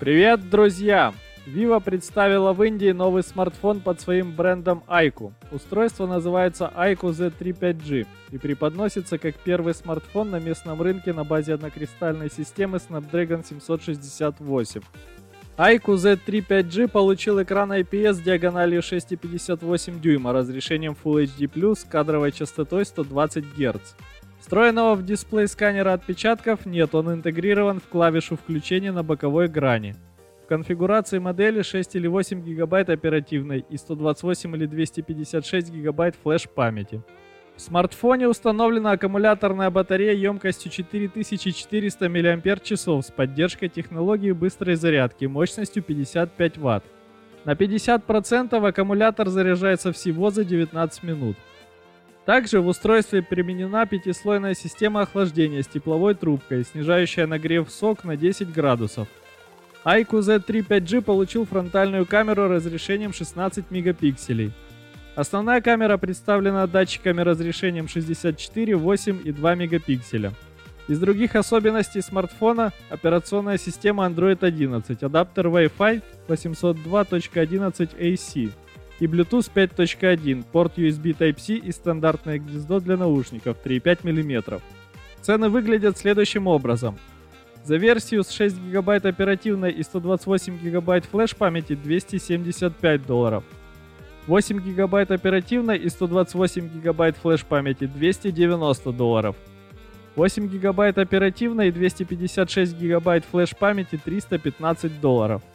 Привет, друзья! Vivo представила в Индии новый смартфон под своим брендом iQOO. Устройство называется iQOO Z3 5G и преподносится как первый смартфон на местном рынке на базе однокристальной системы Snapdragon 768. iQOO Z3 5G получил экран IPS диагональю 6,58 дюйма, разрешением Full HD+, кадровой частотой 120 Гц. Встроенного в дисплей сканера отпечатков нет, он интегрирован в клавишу включения на боковой грани. В конфигурации модели 6 или 8 ГБ оперативной и 128 или 256 ГБ флеш-памяти. В смартфоне установлена аккумуляторная батарея емкостью 4400 мАч с поддержкой технологии быстрой зарядки мощностью 55 Вт. На 50% аккумулятор заряжается всего за 19 минут. Также в устройстве применена пятислойная система охлаждения с тепловой трубкой, снижающая нагрев сок на 10 градусов. iQOO Z3 5G получил фронтальную камеру разрешением 16 мегапикселей. Основная камера представлена датчиками разрешением 64, 8 и 2 мегапикселя. Из других особенностей смартфона — операционная система Android 11, адаптер Wi-Fi 802.11ac и Bluetooth 5.1, порт USB Type-C и стандартное гнездо для наушников 3,5 мм. Цены выглядят следующим образом. За версию с 6 ГБ оперативной и 128 ГБ флеш-памяти $275, 8 ГБ оперативной и 128 ГБ флеш-памяти $290, 8 ГБ оперативной и 256 ГБ флеш-памяти $315.